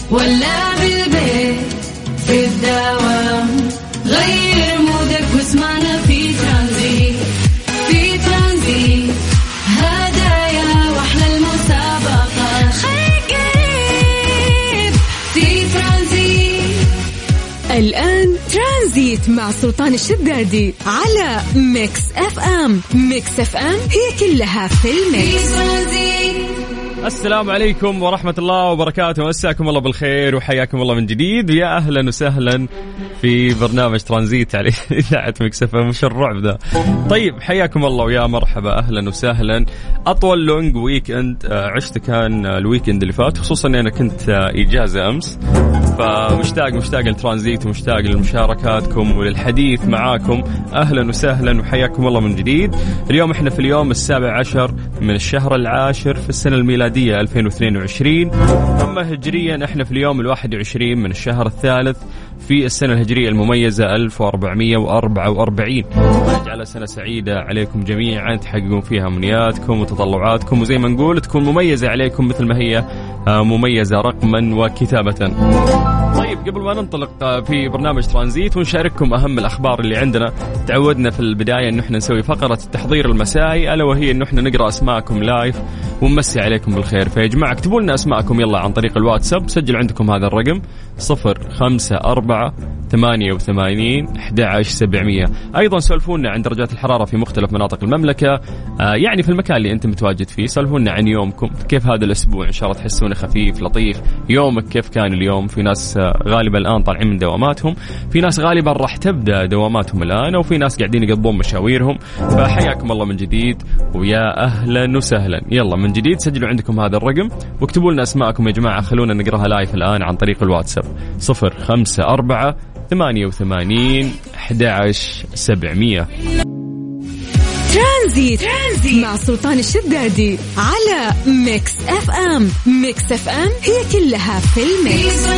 ولا بالبيت في الدوام، غير مودك واسمعنا في ترانزيت. في ترانزيت هدايا واحلى المسابقة، خليك قريب في ترانزيت. الآن ترانزيت مع سلطان الشدادي على ميكس اف ام. ميكس اف ام هي كلها في الميكس. السلام عليكم ورحمة الله وبركاته، مساكم الله بالخير وحياكم الله من جديد، ويا أهلا وسهلا في برنامج ترانزيت على إذاعة ميكس اف ام. وش الرعب ذا؟ طيب حياكم الله ويا مرحبا، أهلا وسهلا. أطول لونج ويك اند عشت كان الويكند اللي فات، خصوصا أنا كنت إجازة أمس، فمشتاق للترانزيت ومشتاق لمشاركاتكم وللحديث معاكم. أهلا وسهلا وحياكم الله من جديد. اليوم احنا في اليوم 17 من الشهر العاشر في السنة الميلادية 2022، أما هجريا احنا في اليوم 21 من الشهر الثالث في السنة الهجرية المميزة 1444. نجعل سنة سعيدة عليكم جميعا، تحققون فيها أمنياتكم وتطلعاتكم، وزي ما نقول تكون مميزة عليكم مثل ما هي مميزة رقما وكتابة. طيب قبل ما ننطلق في برنامج ترانزيت ونشارككم أهم الأخبار اللي عندنا، تعودنا في البداية أنه احنا نسوي فقرة التحضير المسائي، ألا وهي أنه احنا نقرأ أسماءكم لايف ونمسي عليكم بالخير. فيا جماعة اكتبوا لنا أسماءكم يلا عن طريق الواتساب، سجل عندكم هذا الرقم 0548811700. أيضا سولفونا عن درجات الحرارة في مختلف مناطق المملكة، يعني في المكان اللي أنت متواجد فيه. سولفونا عن يومكم، كيف هذا الأسبوع، إن شاء الله تحسونه خفيف لطيف. يومك كيف كان اليوم؟ في ناس غالبا الآن طالعين من دواماتهم، في ناس غالبا راح تبدأ دواماتهم الآن، وفي ناس قاعدين يقضون مشاويرهم. فحياكم الله من جديد ويا أهلا وسهلا. يلا من جديد سجلوا عندكم هذا الرقم واكتبوا لنا أسماءكم يا جماعة، خلونا نقراها لايف الآن عن طريق الواتساب 0548811700. ترانزيت مع سلطان الشدادي على ميكس اف ام. ميكس اف ام هي كلها في الميكس.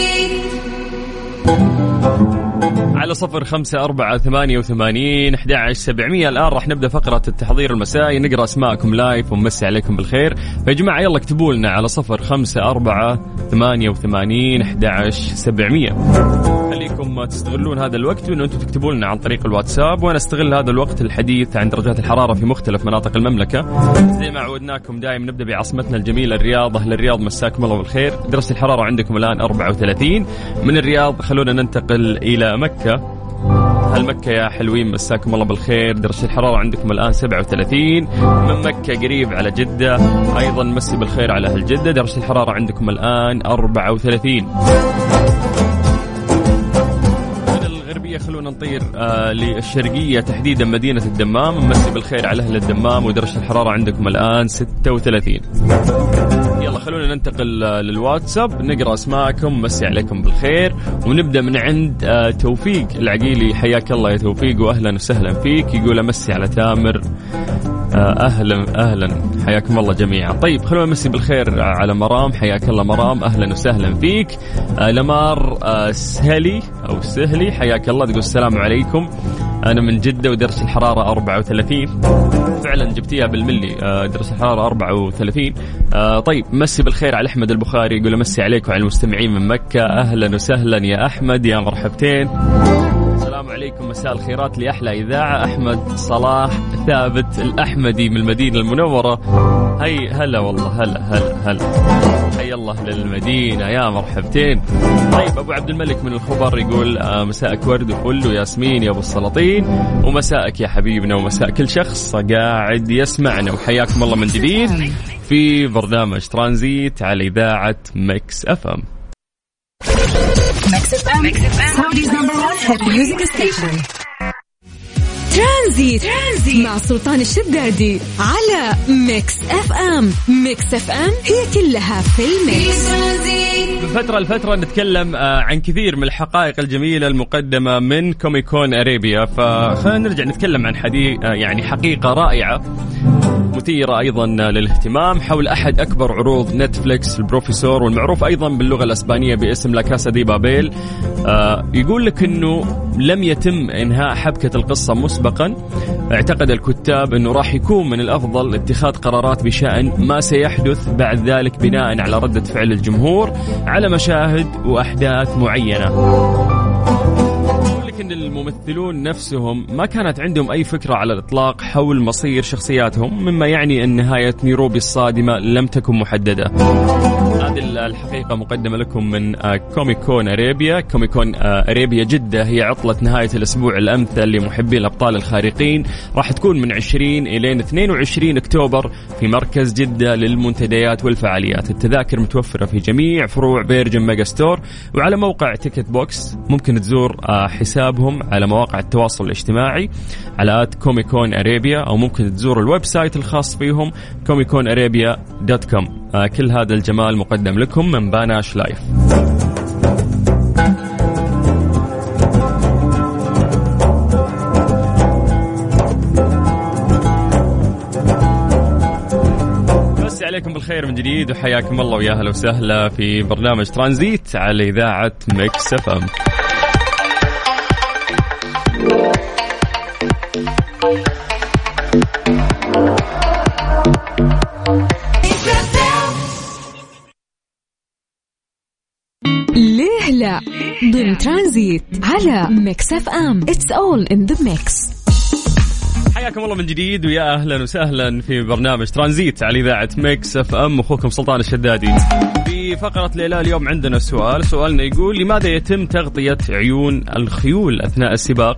على 0548811700. الآن راح نبدأ فقرة التحضير المسائي، نقرأ أسماءكم لايف ونمسي عليكم بالخير. فيا جماعة يلا اكتبوا لنا على 0548811700. خليكم تستغلون هذا الوقت وأنه أنتم تكتبوا لنا عن طريق الواتساب، وأنا استغل هذا الوقت الحديث عن درجات الحرارة في مختلف مناطق المملكة. زي ما عودناكم دائما نبدأ بعاصمتنا الجميلة الرياض. أهل الرياض مساكم الله بالخير. درجة الحرارة عندكم الآن 34. من الرياض خلونا ننتقل إلى مكة. أهل مكة يا حلوين مساكم الله بالخير. درجة الحرارة عندكم الآن 37. من مكة قريب على جدة، أيضا مسي بالخير على أهل جدة. درجة الحرارة عندكم الآن 34. خلونا نطير للشرقية، تحديدا مدينة الدمام. مسي بالخير على أهل الدمام ودرجة الحرارة عندكم الآن 36. يلا خلونا ننتقل للواتساب، نقرأ أسماءكم، مسي عليكم بالخير. ونبدأ من عند توفيق العقيلي. حياك الله يا توفيق وأهلا وسهلا فيك. يقول أمسي على تامر. أهلا حياكم الله جميعا. طيب خلونا نمسي بالخير على مرام. حياك الله مرام، أهلا وسهلا فيك. لمار سهلي أو سهلي، حياك الله، تقول السلام عليكم، أنا من جدة ودرجة الحرارة 34. فعلا جبتيها بالملي، درجة الحرارة 34. طيب مسي بالخير على أحمد البخاري. يقول مسي عليكم وعلى المستمعين من مكة. أهلا وسهلا يا أحمد، يا مرحبتين. السلام عليكم، مساء الخيرات لأحلى إذاعة. أحمد صلاح ثابت الأحمدي من المدينة المنورة. هاي هلا والله، هلا حي الله للمدينة، يا مرحبتين. طيب أبو عبد الملك من الخبر يقول مساءك ورد وفل وياسمين يا أبو السلاطين، ومساءك يا حبيبنا ومساء كل شخص قاعد يسمعنا، وحياكم الله من جديد في برنامج ترانزيت على إذاعة ميكس اف ام. ترانزيت مع سلطان الشدادي على ميكس اف ام. ميكس اف ام هي كلها في الميكس. فترة نتكلم عن كثير من الحقائق الجميلة المقدمة من كوميكون أريبيا، فخلينا نرجع نتكلم عن يعني حقيقة رائعة مثيرة أيضا للاهتمام حول أحد أكبر عروض نتفليكس البروفيسور، والمعروف أيضا باللغة الأسبانية باسم لا كاسا دي بابيل. يقول لك أنه لم يتم إنهاء حبكة القصة مسبقا. اعتقد الكتاب أنه راح يكون من الأفضل اتخاذ قرارات بشأن ما سيحدث بعد ذلك بناء على ردة فعل الجمهور على مشاهد وأحداث معينة. لكن الممثلون نفسهم ما كانت عندهم أي فكرة على الإطلاق حول مصير شخصياتهم، مما يعني أن نهاية نيروبي الصادمة لم تكن محددة. هذه الحقيقة مقدمة لكم من كوميكون أريبيا. كوميكون أريبيا جدة هي عطلة نهاية الأسبوع الأمثل لمحبي الأبطال الخارقين، راح تكون من 20 إلى 22 أكتوبر في مركز جدة للمنتديات والفعاليات. التذاكر متوفرة في جميع فروع فيرجن ميجا ستور وعلى موقع تيكت بوكس. ممكن تزور حسابهم على مواقع التواصل الاجتماعي على كوميكون أريبيا، أو ممكن تزور الويب سايت الخاص فيهم comiconarabia.com. كل هذا الجمال مقدم لكم من باناش لايف. بس عليكم بالخير من جديد وحياكم الله ويا أهلا وسهلا في برنامج ترانزيت على إذاعة ميكس اف ام. ليه لا ضمن ترانزيت على ميكس اف ام. It's all in the mix. حياكم الله من جديد ويا أهلا وسهلا في برنامج ترانزيت على إذاعة ميكس اف ام. أخوكم سلطان الشدادي. في فقرة ليلى اليوم عندنا سؤالنا يقول: لماذا يتم تغطية عيون الخيول أثناء السباق؟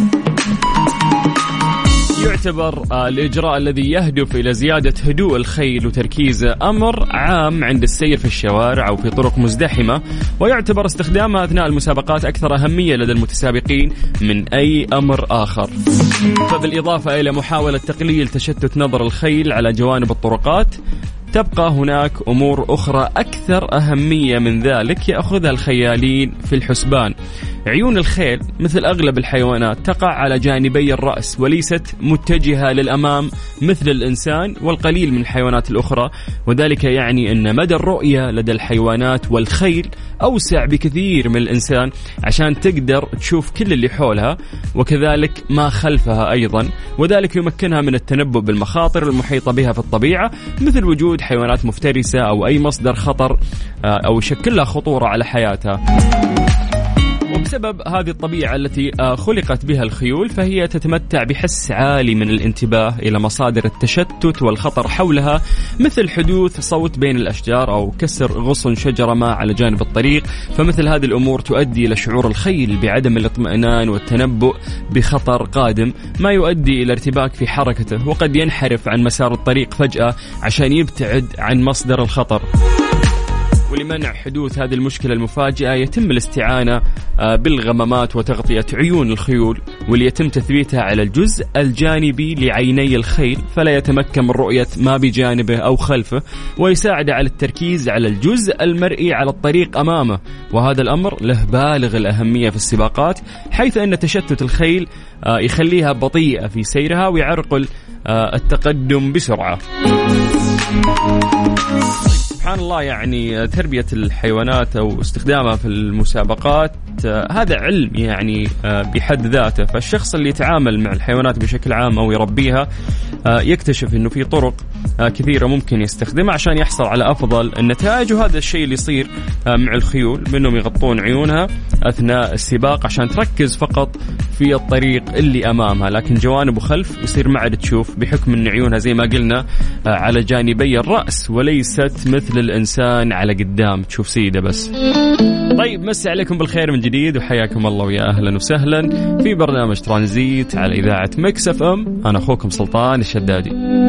يعتبر الإجراء الذي يهدف إلى زيادة هدوء الخيل وتركيزه أمر عام عند السير في الشوارع أو في طرق مزدحمة، ويعتبر استخدامها أثناء المسابقات أكثر أهمية لدى المتسابقين من أي أمر آخر. فبالإضافة إلى محاولة تقليل تشتت نظر الخيل على جوانب الطرقات، تبقى هناك أمور أخرى أكثر أهمية من ذلك يأخذها الخيالين في الحسبان. عيون الخيل مثل أغلب الحيوانات تقع على جانبي الرأس وليست متجهة للأمام مثل الإنسان والقليل من الحيوانات الأخرى، وذلك يعني أن مدى الرؤية لدى الحيوانات والخيل أوسع بكثير من الإنسان عشان تقدر تشوف كل اللي حولها وكذلك ما خلفها أيضا، وذلك يمكنها من التنبؤ بالمخاطر المحيطة بها في الطبيعة مثل وجود حيوانات مفترسة أو أي مصدر خطر أو يشكل لها خطورة على حياتها. وبسبب هذه الطبيعة التي خلقت بها الخيول فهي تتمتع بحس عالي من الانتباه إلى مصادر التشتت والخطر حولها، مثل حدوث صوت بين الأشجار أو كسر غصن شجرة ما على جانب الطريق. فمثل هذه الأمور تؤدي إلى شعور الخيل بعدم الاطمئنان والتنبؤ بخطر قادم، ما يؤدي إلى ارتباك في حركته، وقد ينحرف عن مسار الطريق فجأة عشان يبتعد عن مصدر الخطر. ولمنع حدوث هذه المشكلة المفاجئة يتم الاستعانة بالغمامات وتغطية عيون الخيول، واللي يتم تثبيتها على الجزء الجانبي لعيني الخيل فلا يتمكن من رؤية ما بجانبه أو خلفه، ويساعد على التركيز على الجزء المرئي على الطريق أمامه. وهذا الأمر له بالغ الأهمية في السباقات، حيث أن تشتت الخيل يخليها بطيئة في سيرها ويعرقل التقدم بسرعة. سبحان الله، يعني تربية الحيوانات أو استخدامها في المسابقات هذا علم يعني بحد ذاته. فالشخص اللي يتعامل مع الحيوانات بشكل عام أو يربيها يكتشف أنه في طرق كثيرة ممكن يستخدمها عشان يحصل على أفضل النتائج. وهذا الشيء اللي يصير مع الخيول، منهم يغطون عيونها أثناء السباق عشان تركز فقط في الطريق اللي أمامها، لكن جوانب وخلف يصير ما عاد تشوف بحكم أن عيونها زي ما قلنا على جانبي الرأس وليست مثل الإنسان على قدام تشوف سيدة بس. طيب، مسي عليكم بالخير من جديد وحياكم الله ويا أهلا وسهلا في برنامج ترانزيت على إذاعة ميكس اف ام. أنا أخوكم سلطان الشدادي.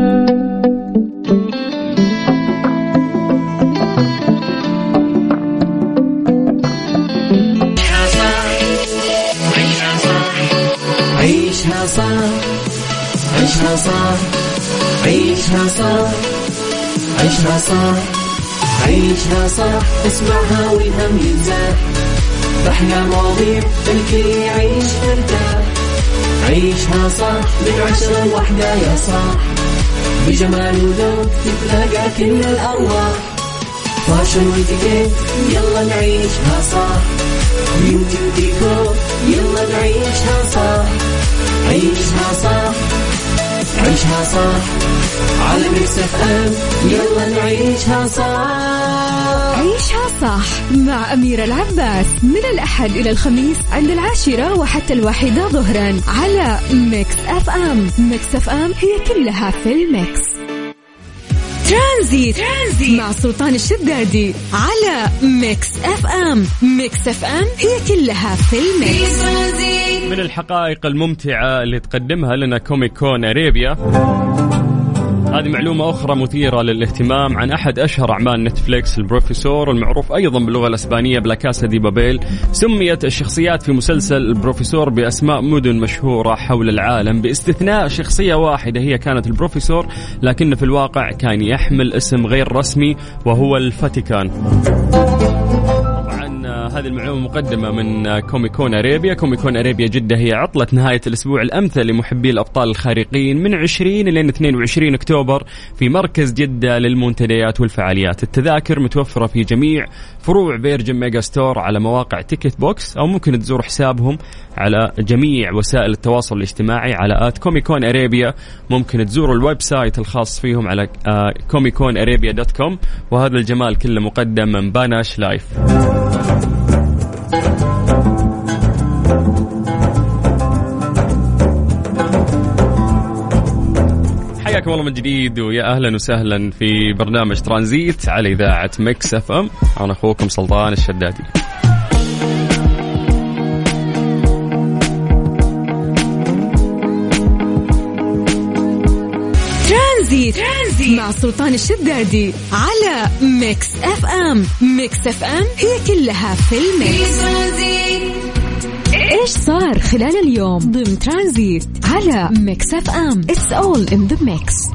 عيشها صح، عيشها صح، عيشها صح، عيشها صح، عيشها صح، اسمعها والهم ينزاح، بأحلى مواضيع الكل يعيش مرتاح. عيشها صح من 10 ل1 يا صاح، بجمال وذوق تتلاقى كل الأرواح. فاشن واتيكيت يلا نعيشها صح، بيوتي وديكور يلا نعيشها صح. عيشها صح، عيشها صح على ميكس اف ام، يلا نعيشها صح. عيشها صح مع أميرة العباس من الأحد إلى الخميس عند 10 وحتى 1 ظهرا على ميكس اف ام. ميكس اف ام هي كلها في الميكس. ترانزيت مع سلطان الشدادي على ميكس اف ام. ميكس اف ام هي كلها في الميكس. من الحقائق الممتعة اللي تقدمها لنا كوميك كون أريبيا، هذه معلومة أخرى مثيرة للاهتمام عن أحد أشهر أعمال نتفليكس البروفيسور، المعروف أيضا باللغة الإسبانية بلا كاسا دي بابيل. سميت الشخصيات في مسلسل البروفيسور بأسماء مدن مشهورة حول العالم باستثناء شخصية واحدة هي كانت البروفيسور، لكن في الواقع كان يحمل اسم غير رسمي وهو الفاتيكان. هذه المعلومة مقدمة من كوميكون أريبيا. كوميكون أريبيا جدة هي عطلة نهاية الأسبوع الأمثل لمحبي الأبطال الخارقين من 20 إلى 22 أكتوبر في مركز جدة للمنتديات والفعاليات. التذاكر متوفرة في جميع فروع فيرجن ميجا ستور على مواقع تيكت بوكس، أو ممكن تزور حسابهم على جميع وسائل التواصل الاجتماعي على @كوميكون أريبيا. ممكن تزوروا الويب سايت الخاص فيهم على komikonarabia.com. وهذا الجمال كله مقدم من باناش لايف. حياكم الله من جديد ويا أهلا وسهلا في برنامج ترانزيت على إذاعة ميكس اف ام. أنا أخوكم سلطان الشدادي. ترانزيت مع سلطان الشدادي على ميكس اف ام. ميكس اف ام هي كلها في الميكس. ايش صار خلال اليوم ضمن ترانزيت على ميكس اف ام. It's all in the mix.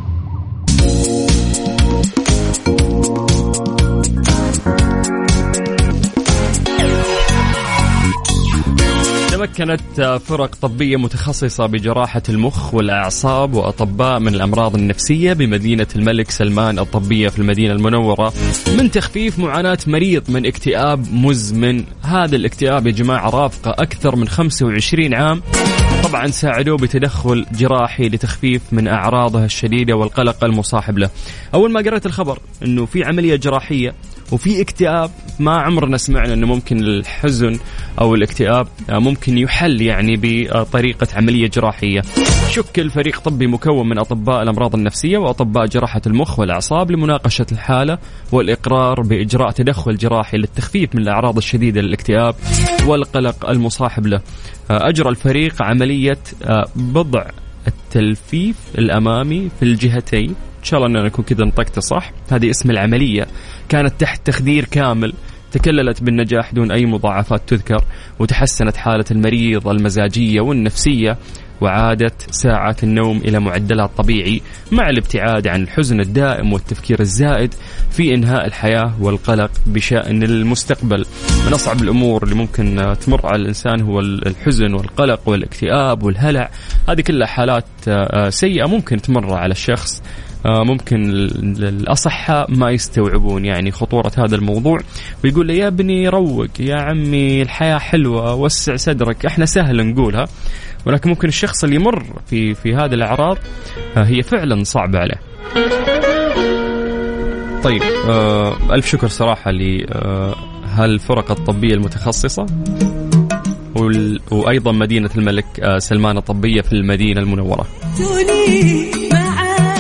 تمكنت فرق طبية متخصصة بجراحة المخ والأعصاب وأطباء من الأمراض النفسية بمدينة الملك سلمان الطبية في المدينة المنورة من تخفيف معاناة مريض من اكتئاب مزمن. هذا الاكتئاب يا جماعة رافقة أكثر من 25 عام. طبعا ساعدوه بتدخل جراحي لتخفيف من أعراضه الشديدة والقلق المصاحب له. أول ما قرأت الخبر أنه في عملية جراحية وفي اكتئاب، ما عمرنا سمعنا أنه ممكن الحزن أو الاكتئاب ممكن يحل يعني بطريقة عملية جراحية. شكل فريق طبي مكون من أطباء الأمراض النفسية وأطباء جراحة المخ والأعصاب لمناقشة الحالة والإقرار بإجراء تدخل جراحي للتخفيف من الأعراض الشديدة للاكتئاب والقلق المصاحب له. أجرى الفريق عملية بضع التلفيف الأمامي في الجهتين. إن شاء الله أن نكون كذا نطقت صح. هذه اسم العملية، كانت تحت تخدير كامل، تكللت بالنجاح دون أي مضاعفات تذكر، وتحسنت حالة المريض المزاجية والنفسية، وعادت ساعات النوم إلى معدلها الطبيعي مع الابتعاد عن الحزن الدائم والتفكير الزائد في إنهاء الحياة والقلق بشأن المستقبل. من أصعب الأمور اللي ممكن تمر على الإنسان هو الحزن والقلق والاكتئاب والهلع. هذه كلها حالات سيئة ممكن تمر على الشخص. ممكن الأصحاء ما يستوعبون يعني خطورة هذا الموضوع، ويقول لي يا ابني روق يا عمي الحياة حلوة وسع صدرك. احنا سهل نقولها، ولكن ممكن الشخص اللي يمر في هذه الأعراض هي فعلا صعبة عليه. طيب ألف شكر صراحة لهالفرق الطبية المتخصصة، وأيضا مدينة الملك سلمان الطبية في المدينة المنورة.